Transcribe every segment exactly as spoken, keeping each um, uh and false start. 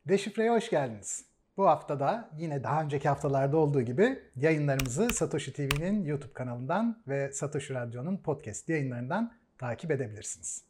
Deşifre'ye hoş geldiniz. Bu hafta da yine daha önceki haftalarda olduğu gibi yayınlarımızı Satoshi T V'nin YouTube kanalından ve Satoshi Radyo'nun podcast yayınlarından takip edebilirsiniz.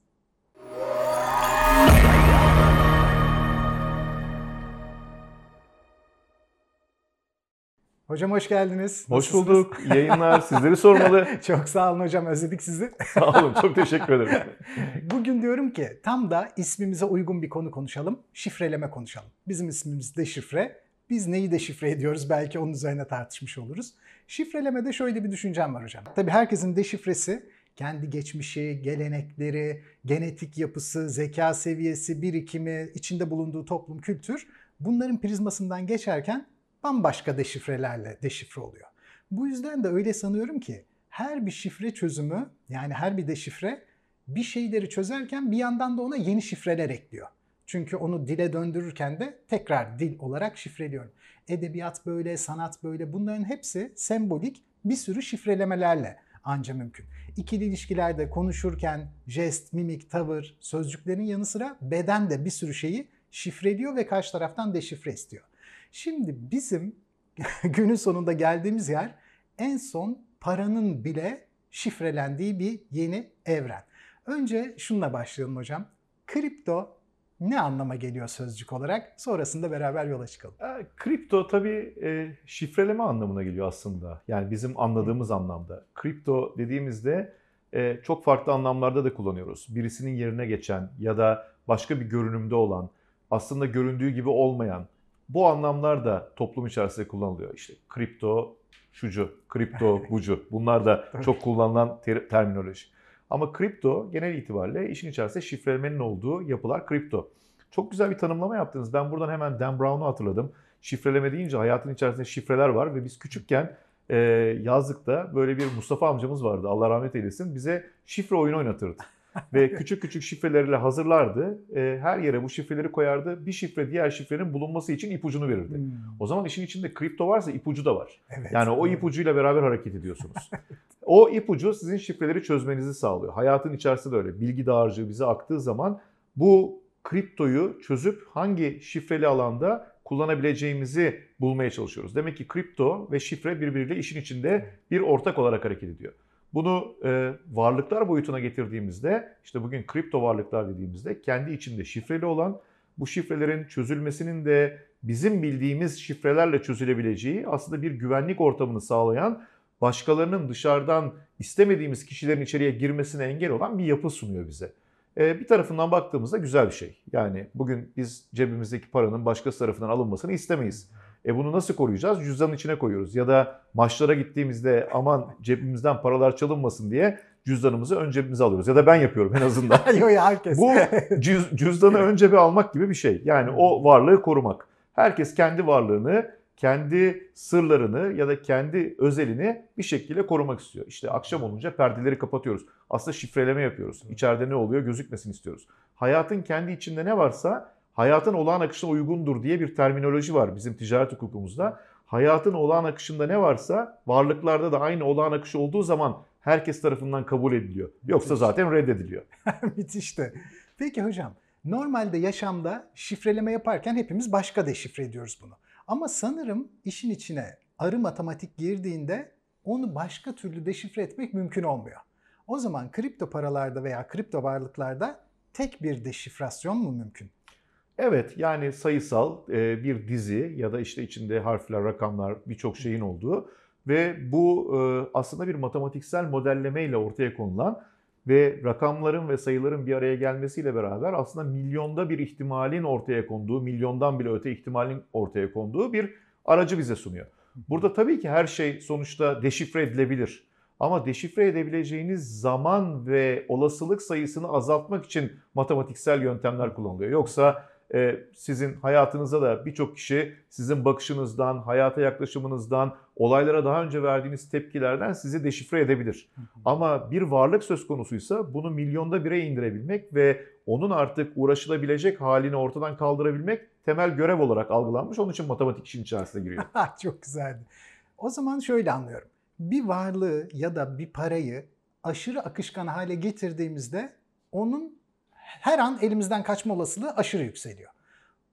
Hocam hoş geldiniz. Hoş bulduk. İyi yayınlar. Sizleri sormalı. Çok sağ olun hocam. Özledik sizi. Sağ olun. Çok teşekkür ederim. Bugün diyorum ki tam da ismimize uygun bir konu konuşalım. Şifreleme konuşalım. Bizim ismimiz deşifre. Biz neyi deşifre ediyoruz? Belki onun üzerine tartışmış oluruz. Şifrelemede şöyle bir düşüncem var hocam. Tabii herkesin deşifresi kendi geçmişi, gelenekleri, genetik yapısı, zeka seviyesi, birikimi, içinde bulunduğu toplum, kültür bunların prizmasından geçerken bambaşka deşifrelerle deşifre oluyor. Bu yüzden de öyle sanıyorum ki her bir şifre çözümü, yani her bir deşifre bir şeyleri çözerken bir yandan da ona yeni şifreler ekliyor. Çünkü onu dile döndürürken de tekrar dil olarak şifreliyorum. Edebiyat böyle, sanat böyle, bunların hepsi sembolik bir sürü şifrelemelerle anca mümkün. İkili ilişkilerde konuşurken jest, mimik, tavır, sözcüklerin yanı sıra beden de bir sürü şeyi şifreliyor ve karşı taraftan deşifre istiyor. Şimdi bizim günün sonunda geldiğimiz yer en son paranın bile şifrelendiği bir yeni evren. Önce şununla başlayalım hocam. Kripto ne anlama geliyor sözcük olarak? Sonrasında beraber yola çıkalım. E, kripto tabii e, şifreleme anlamına geliyor aslında. Yani bizim anladığımız Hı. anlamda. Kripto dediğimizde e, çok farklı anlamlarda da kullanıyoruz. Birisinin yerine geçen ya da başka bir görünümde olan, aslında göründüğü gibi olmayan, bu anlamlar da toplum içerisinde kullanılıyor. İşte kripto şucu, kripto bucu. Bunlar da çok kullanılan ter- terminoloji. Ama kripto genel itibariyle işin içerisinde şifrelemenin olduğu yapılar kripto. Çok güzel bir tanımlama yaptınız. Ben buradan hemen Dan Brown'u hatırladım. Şifreleme deyince hayatın içerisinde şifreler var ve biz küçükken e, yazlıkta böyle bir Mustafa amcamız vardı. Allah rahmet eylesin. Bize şifre oyunu oynatırdı. Ve küçük küçük şifreleriyle hazırlardı. E, her yere bu şifreleri koyardı. Bir şifre diğer şifrenin bulunması için ipucunu verirdi. Hmm. O zaman işin içinde kripto varsa ipucu da var. Evet, yani o evet. ipucuyla beraber hareket ediyorsunuz. O ipucu sizin şifreleri çözmenizi sağlıyor. Hayatın içerisinde de öyle. Bilgi dağarcığı bize aktığı zaman bu kriptoyu çözüp hangi şifreli alanda kullanabileceğimizi bulmaya çalışıyoruz. Demek ki kripto ve şifre birbiriyle işin içinde bir ortak olarak hareket ediyor. Bunu e, varlıklar boyutuna getirdiğimizde, işte bugün kripto varlıklar dediğimizde kendi içinde şifreli olan, bu şifrelerin çözülmesinin de bizim bildiğimiz şifrelerle çözülebileceği aslında bir güvenlik ortamını sağlayan, başkalarının dışarıdan istemediğimiz kişilerin içeriye girmesine engel olan bir yapı sunuyor bize. E, bir tarafından baktığımızda güzel bir şey. Yani bugün biz cebimizdeki paranın başkası tarafından alınmasını istemeyiz. E bunu nasıl koruyacağız? Cüzdanın içine koyuyoruz. Ya da maçlara gittiğimizde aman cebimizden paralar çalınmasın diye cüzdanımızı ön cebimize alıyoruz. Ya da ben yapıyorum en azından. herkes. Bu cüz, cüzdanı ön cebe almak gibi bir şey. Yani o varlığı korumak. Herkes kendi varlığını, kendi sırlarını ya da kendi özelini bir şekilde korumak istiyor. İşte akşam olunca perdeleri kapatıyoruz. Aslında şifreleme yapıyoruz. İçeride ne oluyor gözükmesini istiyoruz. Hayatın kendi içinde ne varsa hayatın olağan akışına uygundur diye bir terminoloji var bizim ticaret hukukumuzda. Hayatın olağan akışında ne varsa varlıklarda da aynı olağan akışı olduğu zaman herkes tarafından kabul ediliyor. Yoksa zaten reddediliyor. Müthişti. Peki hocam, normalde yaşamda şifreleme yaparken hepimiz başka deşifre ediyoruz bunu. Ama sanırım işin içine arı matematik girdiğinde onu başka türlü deşifre etmek mümkün olmuyor. O zaman kripto paralarda veya kripto varlıklarda tek bir deşifrasyon mu mümkün? Evet, yani sayısal bir dizi ya da işte içinde harfler, rakamlar, birçok şeyin olduğu ve bu aslında bir matematiksel modelleme ile ortaya konulan ve rakamların ve sayıların bir araya gelmesiyle beraber aslında milyonda bir ihtimalin ortaya konduğu, milyondan bile öte ihtimalin ortaya konduğu bir aracı bize sunuyor. Burada tabii ki her şey sonuçta deşifre edilebilir. Ama deşifre edebileceğiniz zaman ve olasılık sayısını azaltmak için matematiksel yöntemler kullanılıyor. Yoksa sizin hayatınızda da birçok kişi sizin bakışınızdan, hayata yaklaşımınızdan, olaylara daha önce verdiğiniz tepkilerden sizi deşifre edebilir. Hı hı. Ama bir varlık söz konusuysa bunu milyonda bire indirebilmek ve onun artık uğraşılabilecek halini ortadan kaldırabilmek temel görev olarak algılanmış. Onun için matematik işin içerisine giriyor. Çok güzeldi. O zaman şöyle anlıyorum. Bir varlığı ya da bir parayı aşırı akışkan hale getirdiğimizde onun her an elimizden kaçma olasılığı aşırı yükseliyor.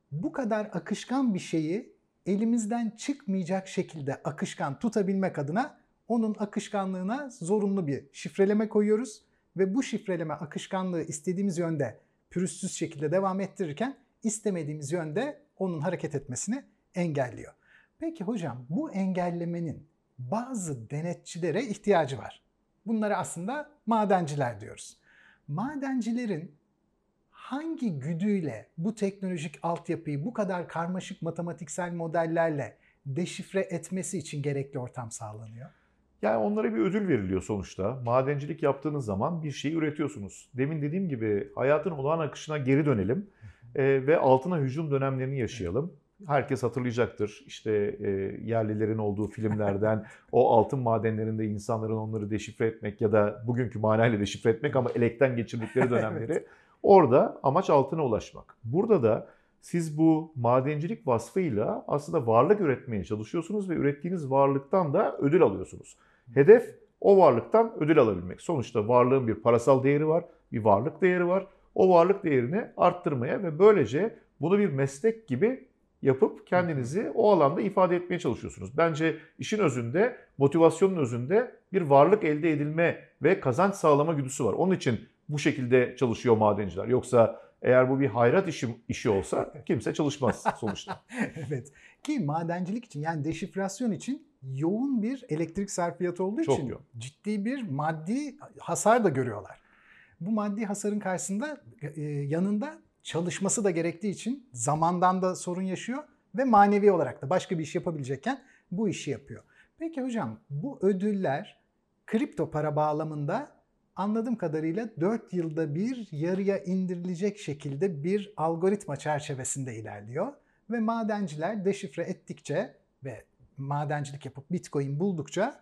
bu kadar akışkan bir şeyi elimizden çıkmayacak şekilde akışkan tutabilmek adına onun akışkanlığına zorunlu bir şifreleme koyuyoruz ve bu şifreleme akışkanlığı istediğimiz yönde pürüzsüz şekilde devam ettirirken istemediğimiz yönde onun hareket etmesini engelliyor. Peki hocam, bu engellemenin bazı denetçilere ihtiyacı var. Bunlara aslında madenciler diyoruz. Madencilerin hangi güdüyle bu teknolojik altyapıyı bu kadar karmaşık matematiksel modellerle deşifre etmesi için gerekli ortam sağlanıyor? Yani onlara bir ödül veriliyor sonuçta. Madencilik yaptığınız zaman bir şeyi üretiyorsunuz. Demin dediğim gibi hayatın olağan akışına geri dönelim e, ve altına hücum dönemlerini yaşayalım. Herkes hatırlayacaktır. İşte e, yerlilerin olduğu filmlerden o altın madenlerinde insanların onları deşifre etmek ya da bugünkü manayla deşifre etmek ama elekten geçirdikleri dönemleri. Evet. Orada amaç altına ulaşmak. Burada da siz bu madencilik vasfıyla aslında varlık üretmeye çalışıyorsunuz ve ürettiğiniz varlıktan da ödül alıyorsunuz. Hedef o varlıktan ödül alabilmek. Sonuçta varlığın bir parasal değeri var, bir varlık değeri var. O varlık değerini arttırmaya ve böylece bunu bir meslek gibi yapıp kendinizi o alanda ifade etmeye çalışıyorsunuz. Bence işin özünde, motivasyonun özünde bir varlık elde edilme ve kazanç sağlama güdüsü var. Onun için bu şekilde çalışıyor madenciler. Yoksa eğer bu bir hayrat işi, işi olsa kimse çalışmaz sonuçta. Evet. Ki madencilik için, yani deşifrasyon için yoğun bir elektrik sarfiyatı olduğu Çok için yoğun. ciddi bir maddi hasar da görüyorlar. Bu maddi hasarın karşısında e, yanında çalışması da gerektiği için zamandan da sorun yaşıyor ve manevi olarak da başka bir iş yapabilecekken bu işi yapıyor. Peki hocam, bu ödüller kripto para bağlamında anladığım kadarıyla dört yılda bir yarıya indirilecek şekilde bir algoritma çerçevesinde ilerliyor. Ve madenciler deşifre ettikçe ve madencilik yapıp Bitcoin buldukça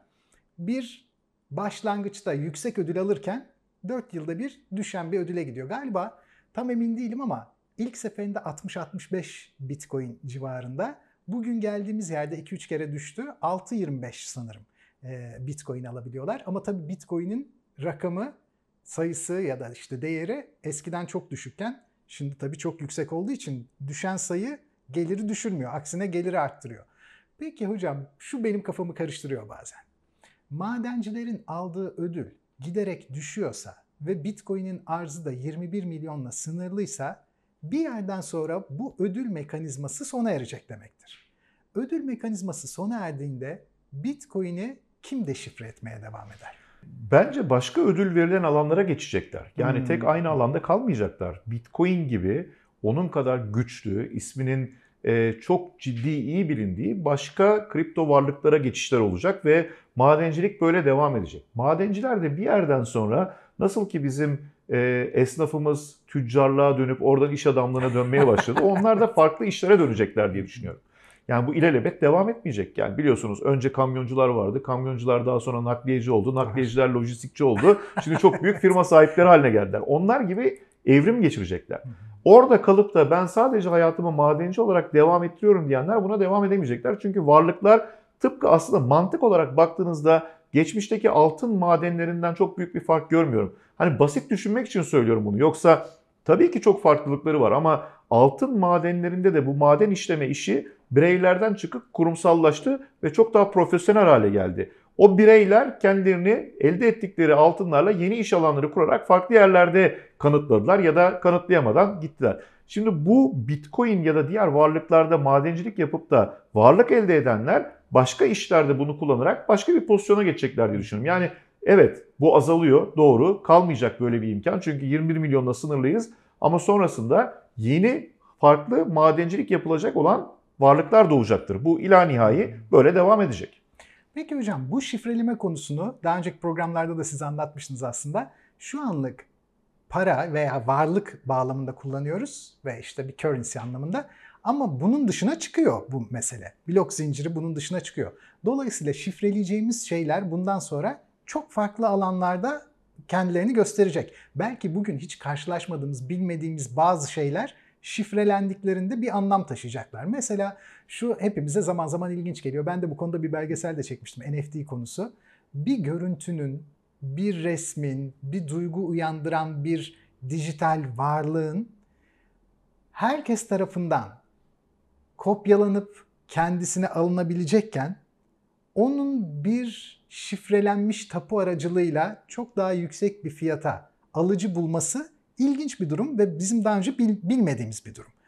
bir başlangıçta yüksek ödül alırken dört yılda bir düşen bir ödüle gidiyor. Galiba tam emin değilim ama ilk seferinde altmış altmış beş Bitcoin civarında. Bugün geldiğimiz yerde iki üç kere düştü. altı yirmi beş sanırım Bitcoin alabiliyorlar. Ama tabii Bitcoin'in rakamı, sayısı ya da işte değeri eskiden çok düşükken şimdi tabii çok yüksek olduğu için düşen sayı geliri düşürmüyor. Aksine geliri arttırıyor. Peki hocam, şu benim kafamı karıştırıyor bazen. Madencilerin aldığı ödül giderek düşüyorsa ve Bitcoin'in arzı da yirmi bir milyonla sınırlıysa bir yerden sonra bu ödül mekanizması sona erecek demektir. Ödül mekanizması sona erdiğinde Bitcoin'i kim deşifre etmeye devam eder? Bence başka ödül verilen alanlara geçecekler. Yani Hmm. tek aynı alanda kalmayacaklar. Bitcoin gibi onun kadar güçlü, isminin e, çok ciddi, iyi bilindiği başka kripto varlıklara geçişler olacak ve madencilik böyle devam edecek. Madenciler de bir yerden sonra nasıl ki bizim e, esnafımız tüccarlığa dönüp oradan iş adamlığına dönmeye başladı, onlar da farklı işlere dönecekler diye düşünüyorum. Yani bu ilelebet devam etmeyecek. Yani biliyorsunuz önce kamyoncular vardı. Kamyoncular daha sonra nakliyeci oldu. Nakliyeciler lojistikçi oldu. Şimdi çok büyük firma sahipleri haline geldiler. Onlar gibi evrim geçirecekler. Orada kalıp da ben sadece hayatımı madenci olarak devam ettiriyorum diyenler buna devam edemeyecekler. Çünkü varlıklar tıpkı aslında mantık olarak baktığınızda geçmişteki altın madenlerinden çok büyük bir fark görmüyorum. Hani basit düşünmek için söylüyorum bunu. Yoksa tabii ki çok farklılıkları var ama altın madenlerinde de bu maden işleme işi bireylerden çıkıp kurumsallaştı ve çok daha profesyonel hale geldi. O bireyler kendilerini elde ettikleri altınlarla yeni iş alanları kurarak farklı yerlerde kanıtladılar ya da kanıtlayamadan gittiler. Şimdi bu Bitcoin ya da diğer varlıklarda madencilik yapıp da varlık elde edenler başka işlerde bunu kullanarak başka bir pozisyona geçecekler diye düşünüyorum. Yani evet, bu azalıyor, doğru, kalmayacak böyle bir imkan çünkü yirmi bir milyonla sınırlıyız ama sonrasında yeni farklı madencilik yapılacak olan varlıklar doğacaktır. Bu ilahi böyle devam edecek. Peki hocam, bu şifreleme konusunu daha önceki programlarda da size anlatmıştınız aslında. Şu anlık para veya varlık bağlamında kullanıyoruz ve işte bir currency anlamında. Ama bunun dışına çıkıyor bu mesele. Blok zinciri bunun dışına çıkıyor. Dolayısıyla şifreleyeceğimiz şeyler bundan sonra çok farklı alanlarda kendilerini gösterecek. Belki bugün hiç karşılaşmadığımız, bilmediğimiz bazı şeyler şifrelendiklerinde bir anlam taşıyacaklar. Mesela şu hepimize zaman zaman ilginç geliyor. Ben de bu konuda bir belgesel de çekmiştim, N F T konusu. Bir görüntünün, bir resmin, bir duygu uyandıran bir dijital varlığın herkes tarafından kopyalanıp kendisine alınabilecekken onun bir şifrelenmiş tapu aracılığıyla çok daha yüksek bir fiyata alıcı bulması ilginç bir durum ve bizim daha önce bil, bilmediğimiz bir durum.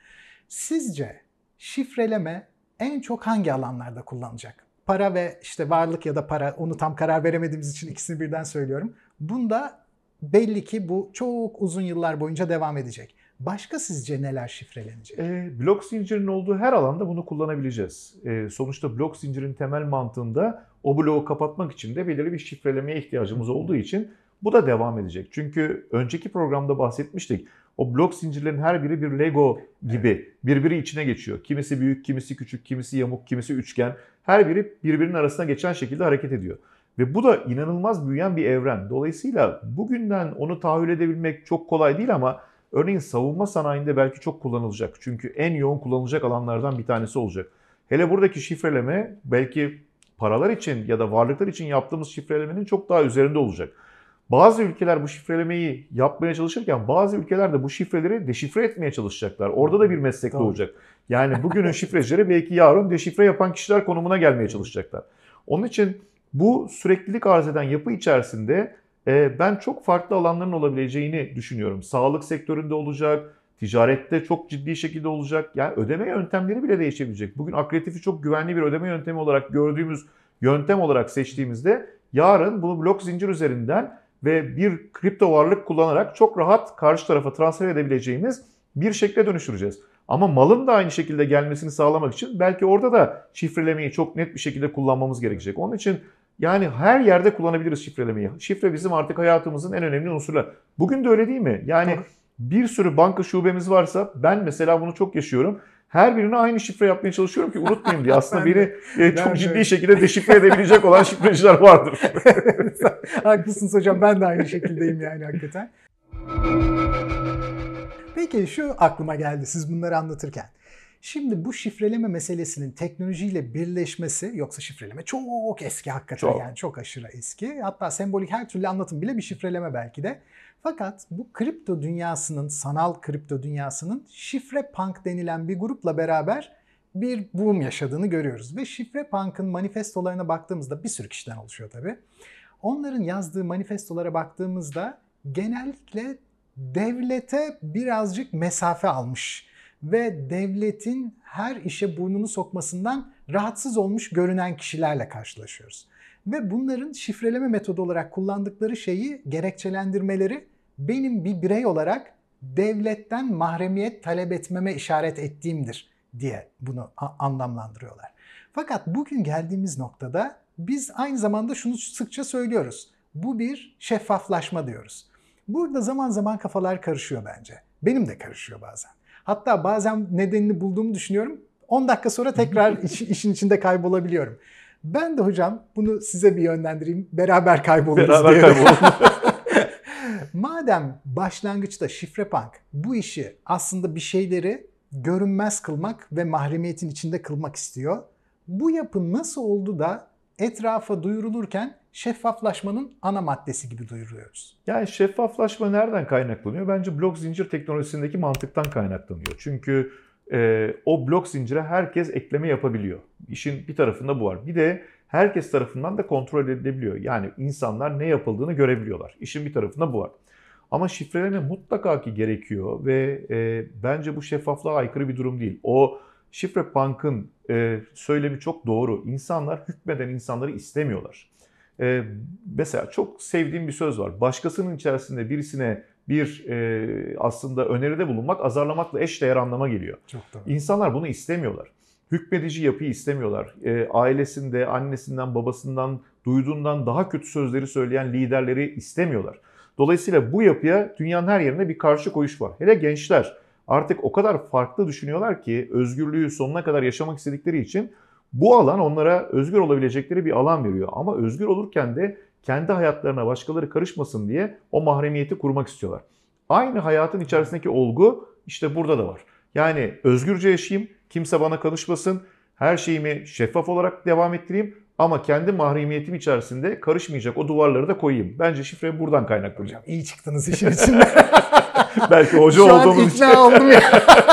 Sizce şifreleme en çok hangi alanlarda kullanılacak? Para ve işte varlık ya da para, onu tam karar veremediğimiz için ikisini birden söylüyorum. Bunda belli ki bu çok uzun yıllar boyunca devam edecek. Başka sizce neler şifrelenecek? E, blok zincirinin olduğu her alanda bunu kullanabileceğiz. E, sonuçta blok zincirin temel mantığında o bloğu kapatmak için de belirli bir şifrelemeye ihtiyacımız olduğu için bu da devam edecek. Çünkü önceki programda bahsetmiştik. O blok zincirlerin her biri bir Lego gibi birbiri içine geçiyor. Kimisi büyük, kimisi küçük, kimisi yamuk, kimisi üçgen. Her biri birbirinin arasına geçen şekilde hareket ediyor. Ve bu da inanılmaz büyüyen bir evren. Dolayısıyla bugünden onu tahayyül edebilmek çok kolay değil ama örneğin savunma sanayinde belki çok kullanılacak. Çünkü en yoğun kullanılacak alanlardan bir tanesi olacak. Hele buradaki şifreleme belki paralar için ya da varlıklar için yaptığımız şifrelemenin çok daha üzerinde olacak. Bazı ülkeler bu şifrelemeyi yapmaya çalışırken bazı ülkeler de bu şifreleri deşifre etmeye çalışacaklar. Orada da bir meslek doğacak. Yani bugünün şifrecileri belki yarın deşifre yapan kişiler konumuna gelmeye çalışacaklar. Onun için bu süreklilik arz eden yapı içerisinde ben çok farklı alanların olabileceğini düşünüyorum. Sağlık sektöründe olacak, ticarette çok ciddi şekilde olacak. Yani ödeme yöntemleri bile değişebilecek. Bugün akreditif çok güvenli bir ödeme yöntemi olarak gördüğümüz yöntem olarak seçtiğimizde yarın bunu blok zincir üzerinden ve bir kripto varlık kullanarak çok rahat karşı tarafa transfer edebileceğimiz bir şekle dönüştüreceğiz. Ama malın da aynı şekilde gelmesini sağlamak için belki orada da şifrelemeyi çok net bir şekilde kullanmamız gerekecek. Onun için yani her yerde kullanabiliriz şifrelemeyi. Şifre bizim artık hayatımızın en önemli unsurları. Bugün de öyle değil mi? Yani Doğru. Bir sürü banka şubemiz varsa ben mesela bunu çok yaşıyorum. Her birine aynı şifre yapmaya çalışıyorum ki unutmayayım diye. Aslında beni e, çok ciddi de. şekilde deşifre edebilecek olan şifreciler vardır. Haklısınız hocam, ben de aynı şekildeyim yani hakikaten. Peki şu aklıma geldi siz bunları anlatırken. Şimdi bu şifreleme meselesinin teknolojiyle birleşmesi, yoksa şifreleme çok eski hakikaten çok. yani çok aşırı eski. Hatta sembolik her türlü anlatım bile bir şifreleme belki de. Fakat bu kripto dünyasının, sanal kripto dünyasının şifre punk denilen bir grupla beraber bir boom yaşadığını görüyoruz. Ve şifre punk'ın manifestolarına baktığımızda bir sürü kişiden oluşuyor tabii. Onların yazdığı manifestolara baktığımızda genellikle devlete birazcık mesafe almış ve devletin her işe burnunu sokmasından rahatsız olmuş görünen kişilerle karşılaşıyoruz. Ve bunların şifreleme metodu olarak kullandıkları şeyi, gerekçelendirmeleri benim bir birey olarak devletten mahremiyet talep etmeme işaret ettiğimdir diye bunu anlamlandırıyorlar. Fakat bugün geldiğimiz noktada biz aynı zamanda şunu sıkça söylüyoruz. Bu bir şeffaflaşma diyoruz. Burada zaman zaman kafalar karışıyor bence. Benim de karışıyor bazen. Hatta bazen nedenini bulduğumu düşünüyorum. on dakika sonra tekrar iş, işin içinde kaybolabiliyorum. Ben de hocam bunu size bir yönlendireyim. Beraber kayboluruz Beraber diye. kaybolalım. Madem başlangıçta şifre punk bu işi aslında bir şeyleri görünmez kılmak ve mahremiyetin içinde kılmak istiyor. Bu yapı nasıl oldu da etrafa duyurulurken şeffaflaşmanın ana maddesi gibi duyuruyoruz? Yani şeffaflaşma nereden kaynaklanıyor? Bence blok zincir teknolojisindeki mantıktan kaynaklanıyor. Çünkü e, o blok zincire herkes ekleme yapabiliyor. İşin bir tarafında bu var. Bir de herkes tarafından da kontrol edilebiliyor. Yani insanlar ne yapıldığını görebiliyorlar. İşin bir tarafında bu var. Ama şifreleme mutlaka ki gerekiyor ve e, bence bu şeffaflığa aykırı bir durum değil. O şifre punk'ın e, söylemi çok doğru. İnsanlar hükmeden insanları istemiyorlar. E, mesela çok sevdiğim bir söz var. Başkasının içerisinde birisine bir e, aslında öneride bulunmak azarlamakla eşdeğer anlama geliyor. Çok doğru. İnsanlar bunu istemiyorlar. Hükmedici yapıyı istemiyorlar. E, ailesinde, annesinden, babasından, duyduğundan daha kötü sözleri söyleyen liderleri istemiyorlar. Dolayısıyla bu yapıya dünyanın her yerinde bir karşı koyuş var. Hele gençler artık o kadar farklı düşünüyorlar ki özgürlüğü sonuna kadar yaşamak istedikleri için bu alan onlara özgür olabilecekleri bir alan veriyor. Ama özgür olurken de kendi hayatlarına başkaları karışmasın diye o mahremiyeti kurmak istiyorlar. Aynı hayatın içerisindeki olgu işte burada da var. Yani özgürce yaşayayım, kimse bana karışmasın, her şeyimi şeffaf olarak devam ettireyim ama kendi mahremiyetim içerisinde karışmayacak o duvarları da koyayım. Bence şifre buradan kaynaklanıyor. Hocam iyi çıktınız işin içinde. Belki hoca Şu an olduğumuz için. ikna oldum ya.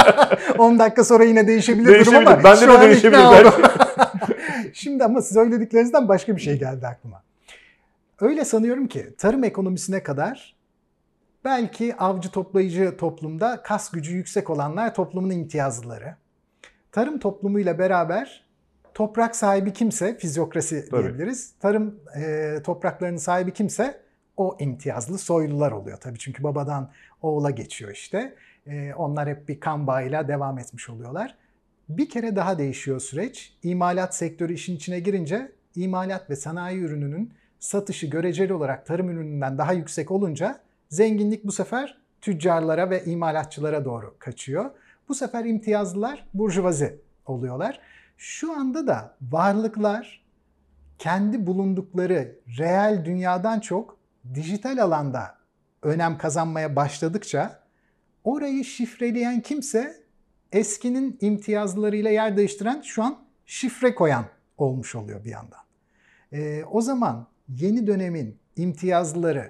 on dakika sonra yine değişebilir, Değişebilir. durum ama Bende şu de an değişebilir ikna belki. oldum. Şimdi ama söylediklerinizden başka bir şey geldi aklıma. Öyle sanıyorum ki tarım ekonomisine kadar belki avcı toplayıcı toplumda kas gücü yüksek olanlar toplumun imtiyazlıları. Tarım toplumuyla beraber toprak sahibi kimse, fizyokrasi Tabii. diyebiliriz. Tarım e, topraklarının sahibi kimse o imtiyazlı soylular oluyor tabii. Çünkü babadan oğula geçiyor işte. E, onlar hep bir kan bağıyla devam etmiş oluyorlar. Bir kere daha değişiyor süreç. İmalat sektörü işin içine girince imalat ve sanayi ürününün satışı göreceli olarak tarım ürününden daha yüksek olunca zenginlik bu sefer tüccarlara ve imalatçılara doğru kaçıyor. Bu sefer imtiyazlılar burjuvazi oluyorlar. Şu anda da varlıklar kendi bulundukları reel dünyadan çok dijital alanda önem kazanmaya başladıkça orayı şifreleyen kimse eskinin imtiyazlarıyla yer değiştiren şu an şifre koyan olmuş oluyor bir yandan. Ee, o zaman yeni dönemin imtiyazları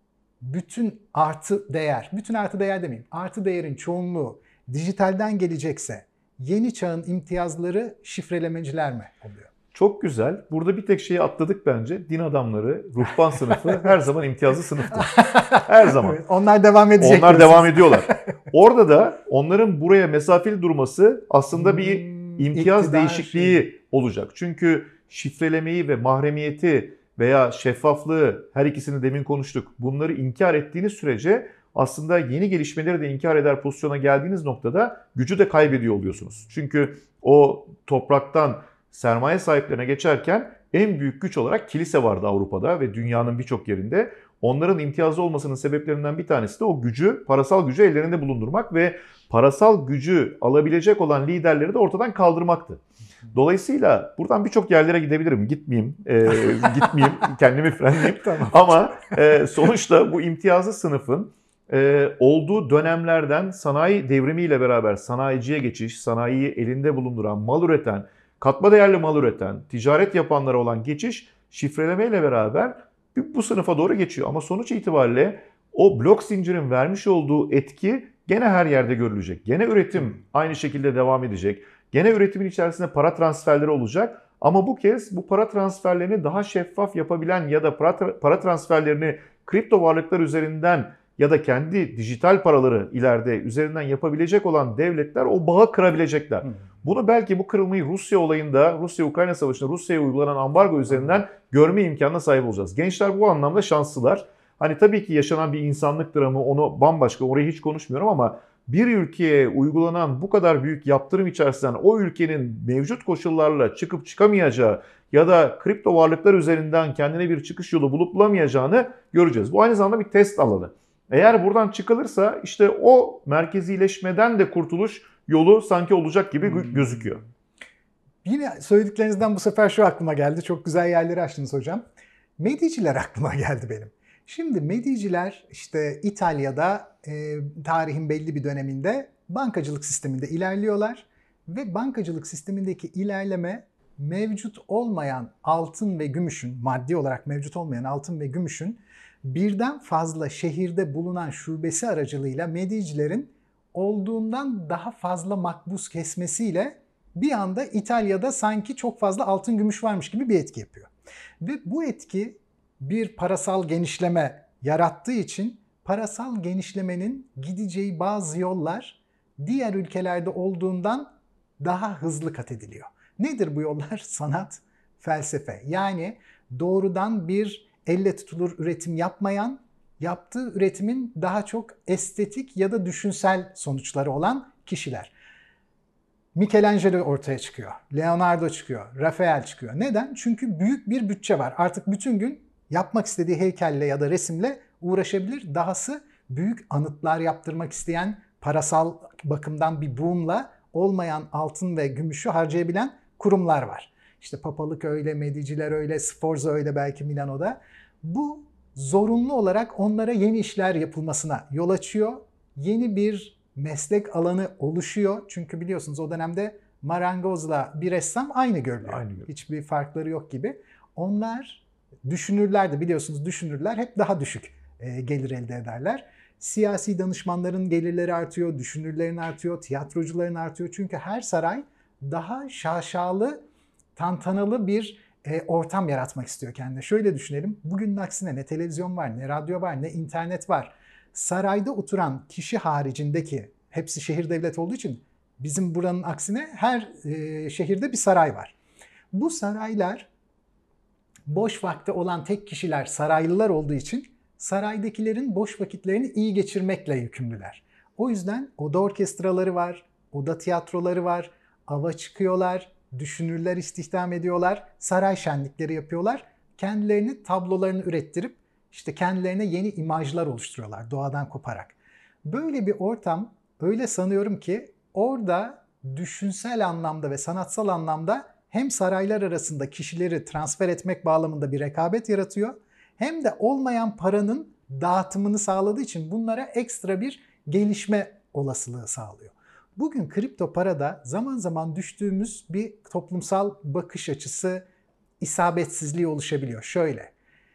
bütün artı değer, bütün artı değer demeyeyim, artı değerin çoğunluğu dijitalden gelecekse yeni çağın imtiyazları şifrelemeciler mi oluyor? Çok güzel. Burada bir tek şeyi atladık bence. Din adamları, ruhban sınıfı her zaman imtiyazlı sınıftır. Her zaman. Evet, onlar devam edecek. Onlar diyorsunuz. devam ediyorlar. Orada da onların buraya mesafeli durması aslında bir Hmm, imtiyaz iktidar değişikliği şeyi. olacak. Çünkü şifrelemeyi ve mahremiyeti veya şeffaflığı, her ikisini demin konuştuk. Bunları inkar ettiğiniz sürece aslında yeni gelişmeleri de inkar eder pozisyona geldiğiniz noktada gücü de kaybediyor oluyorsunuz. Çünkü o topraktan sermaye sahiplerine geçerken en büyük güç olarak kilise vardı Avrupa'da ve dünyanın birçok yerinde. Onların imtiyazlı olmasının sebeplerinden bir tanesi de o gücü, parasal gücü ellerinde bulundurmak ve parasal gücü alabilecek olan liderleri de ortadan kaldırmaktı. Dolayısıyla buradan birçok yerlere gidebilirim. Gitmeyeyim, e, gitmeyeyim, kendimi frenleyeyim. Tamam. Ama e, sonuçta bu imtiyazlı sınıfın e, olduğu dönemlerden sanayi devrimiyle beraber sanayiciye geçiş, sanayiyi elinde bulunduran, mal üreten, katma değerli mal üreten, ticaret yapanlara olan geçiş şifrelemeyle beraber bu sınıfa doğru geçiyor. Ama sonuç itibariyle o blok zincirin vermiş olduğu etki gene her yerde görülecek. Gene üretim aynı şekilde devam edecek. Gene üretimin içerisinde para transferleri olacak. Ama bu kez bu para transferlerini daha şeffaf yapabilen ya da para, para transferlerini kripto varlıklar üzerinden ya da kendi dijital paraları ileride üzerinden yapabilecek olan devletler o bağı kırabilecekler. Hmm. Bunu belki bu kırılmayı Rusya olayında, Rusya-Ukrayna savaşında Rusya'ya uygulanan ambargo üzerinden görme imkanına sahip olacağız. Gençler bu anlamda şanslılar. Hani tabii ki yaşanan bir insanlık dramı, onu bambaşka, orayı hiç konuşmuyorum ama bir ülkeye uygulanan bu kadar büyük yaptırım içerisinden o ülkenin mevcut koşullarla çıkıp çıkamayacağı ya da kripto varlıklar üzerinden kendine bir çıkış yolu bulup bulamayacağını göreceğiz. Bu aynı zamanda bir test alanı. Eğer buradan çıkılırsa işte o merkezileşmeden de kurtuluş yolu sanki olacak gibi hmm. gözüküyor. Yine söylediklerinizden bu sefer şu aklıma geldi. Çok güzel yerleri açtınız hocam. Medyiciler aklıma geldi benim. Şimdi medyiciler işte İtalya'da e, tarihin belli bir döneminde bankacılık sisteminde ilerliyorlar. Ve bankacılık sistemindeki ilerleme mevcut olmayan altın ve gümüşün, maddi olarak mevcut olmayan altın ve gümüşün birden fazla şehirde bulunan şubesi aracılığıyla medyicilerin olduğundan daha fazla makbuz kesmesiyle bir anda İtalya'da sanki çok fazla altın gümüş varmış gibi bir etki yapıyor. Ve bu etki bir parasal genişleme yarattığı için parasal genişlemenin gideceği bazı yollar diğer ülkelerde olduğundan daha hızlı kat ediliyor. Nedir bu yollar? Sanat, felsefe. Yani doğrudan bir elle tutulur üretim yapmayan, yaptığı üretimin daha çok estetik ya da düşünsel sonuçları olan kişiler. Michelangelo ortaya çıkıyor, Leonardo çıkıyor, Rafael çıkıyor. Neden? Çünkü büyük bir bütçe var. Artık bütün gün yapmak istediği heykelle ya da resimle uğraşabilir. Dahası büyük anıtlar yaptırmak isteyen, parasal bakımdan bir boom'la olmayan altın ve gümüşü harcayabilen kurumlar var. İşte papalık öyle, Mediciler öyle, Sforza öyle belki Milano'da. Bu zorunlu olarak onlara yeni işler yapılmasına yol açıyor. Yeni bir meslek alanı oluşuyor. Çünkü biliyorsunuz o dönemde marangozla bir ressam aynı görülüyor. Aynı görülüyor. Hiçbir farkları yok gibi. Onlar düşünürlerdi, biliyorsunuz düşünürler hep daha düşük gelir elde ederler. Siyasi danışmanların gelirleri artıyor, düşünürlerin artıyor, tiyatrocuların artıyor. Çünkü her saray daha şaşalı, tantanalı bir e, ortam yaratmak istiyor kendine. Şöyle düşünelim, bugünün aksine ne televizyon var, ne radyo var, ne internet var. Sarayda oturan kişi haricindeki, hepsi şehir devlet olduğu için bizim buranın aksine her e, şehirde bir saray var. Bu saraylar, boş vakti olan tek kişiler saraylılar olduğu için saraydakilerin boş vakitlerini iyi geçirmekle yükümlüler. O yüzden oda orkestraları var, oda tiyatroları var, ava çıkıyorlar, düşünürler istihdam ediyorlar, saray şenlikleri yapıyorlar. Kendilerini, tablolarını ürettirip işte kendilerine yeni imajlar oluşturuyorlar doğadan koparak. Böyle bir ortam, öyle sanıyorum ki orada düşünsel anlamda ve sanatsal anlamda hem saraylar arasında kişileri transfer etmek bağlamında bir rekabet yaratıyor, hem de olmayan paranın dağıtımını sağladığı için bunlara ekstra bir gelişme olasılığı sağlıyor. Bugün kripto parada zaman zaman düştüğümüz bir toplumsal bakış açısı isabetsizliği oluşabiliyor. Şöyle,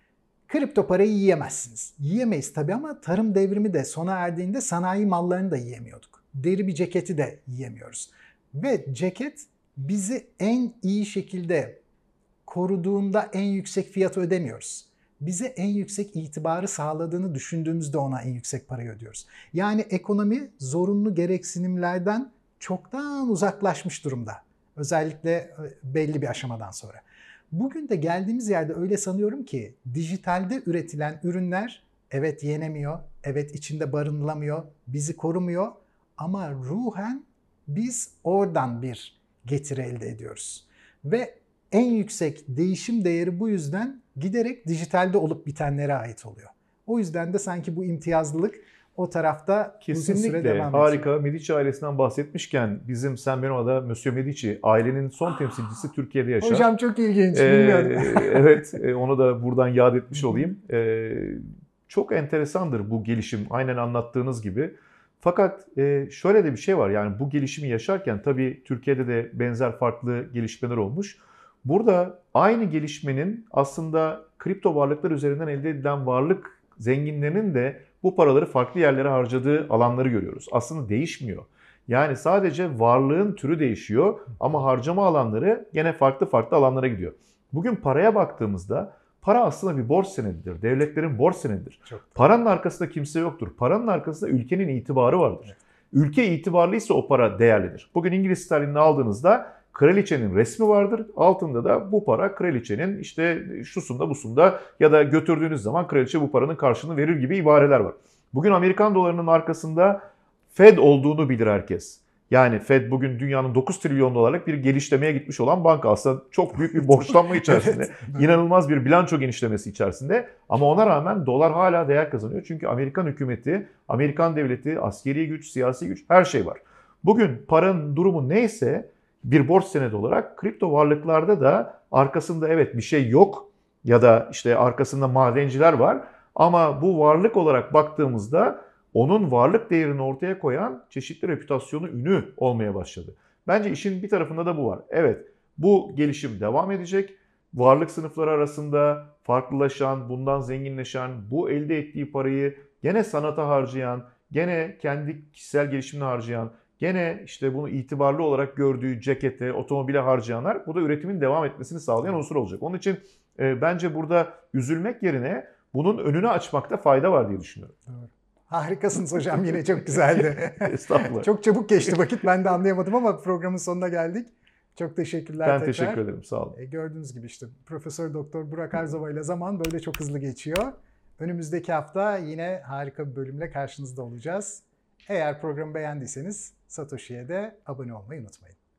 kripto parayı yiyemezsiniz. Yiyemeyiz tabii ama tarım devrimi de sona erdiğinde sanayi mallarını da yiyemiyorduk. Deri bir ceketi de yiyemiyoruz. Ve ceket bizi en iyi şekilde koruduğunda en yüksek fiyatı ödemiyoruz. Bize en yüksek itibarı sağladığını düşündüğümüzde ona en yüksek parayı ödüyoruz. Yani ekonomi zorunlu gereksinimlerden çoktan uzaklaşmış durumda. Özellikle belli bir aşamadan sonra. Bugün de geldiğimiz yerde öyle sanıyorum ki dijitalde üretilen ürünler evet yenemiyor, evet içinde barınılamıyor, bizi korumuyor ama ruhen biz oradan bir getiri elde ediyoruz. Ve en yüksek değişim değeri bu yüzden giderek dijitalde olup bitenlere ait oluyor. O yüzden de sanki bu imtiyazlılık o tarafta uzun süre devam ediyor. Harika. Medici ailesinden bahsetmişken bizim Saint Benoît'da Monsieur Medici ailenin son temsilcisi Türkiye'de yaşar. Hocam çok ilginç, bilmiyorum. Ee, evet, onu da buradan yad etmiş olayım. Ee, çok enteresandır bu gelişim, aynen anlattığınız gibi. Fakat e, şöyle de bir şey var, yani bu gelişimi yaşarken tabii Türkiye'de de benzer farklı gelişmeler olmuş. Burada aynı gelişmenin aslında kripto varlıklar üzerinden elde edilen varlık zenginlerinin de bu paraları farklı yerlere harcadığı alanları görüyoruz. Aslında değişmiyor. Yani sadece varlığın türü değişiyor ama harcama alanları gene farklı farklı alanlara gidiyor. Bugün paraya baktığımızda para aslında bir borç senedidir. Devletlerin borç senedidir. Paranın arkasında kimse yoktur. Paranın arkasında ülkenin itibarı vardır. Evet. Ülke itibarlıysa o para değerlidir. Bugün İngiliz sterlinini aldığınızda kraliçenin resmi vardır. Altında da bu para kraliçenin işte şusunda busunda ya da götürdüğünüz zaman kraliçe bu paranın karşılığını verir gibi ibareler var. Bugün Amerikan dolarının arkasında Fed olduğunu bilir herkes. Yani Fed bugün dünyanın dokuz trilyon dolarlık bir genişlemeye gitmiş olan banka. Aslında çok büyük bir borçlanma içerisinde. Evet. İnanılmaz bir bilanço genişlemesi içerisinde. Ama ona rağmen dolar hala değer kazanıyor. Çünkü Amerikan hükümeti, Amerikan devleti, askeri güç, siyasi güç, her şey var. Bugün paranın durumu neyse bir borç senedi olarak kripto varlıklarda da arkasında evet bir şey yok ya da işte arkasında madenciler var. Ama bu varlık olarak baktığımızda onun varlık değerini ortaya koyan çeşitli reputasyonu, ünü olmaya başladı. Bence işin bir tarafında da bu var. Evet, bu gelişim devam edecek. Varlık sınıfları arasında farklılaşan, bundan zenginleşen, bu elde ettiği parayı gene sanata harcayan, gene kendi kişisel gelişimine harcayan, gene işte bunu itibarlı olarak gördüğü cekete, otomobile harcayanlar, bu da üretimin devam etmesini sağlayan unsur olacak. Onun için e, bence burada üzülmek yerine bunun önünü açmakta fayda var diye düşünüyorum. Evet. Harikasınız hocam, yine çok güzeldi. Estağfurullah. Çok çabuk geçti vakit, ben de anlayamadım ama programın sonuna geldik. Çok teşekkürler ben tekrar. Ben teşekkür ederim, sağ olun. E, gördüğünüz gibi işte Profesör Doktor Burak Arzova ile zaman böyle çok hızlı geçiyor. Önümüzdeki hafta yine harika bir bölümle karşınızda olacağız. Eğer programı beğendiyseniz Satoshi'ye de abone olmayı unutmayın.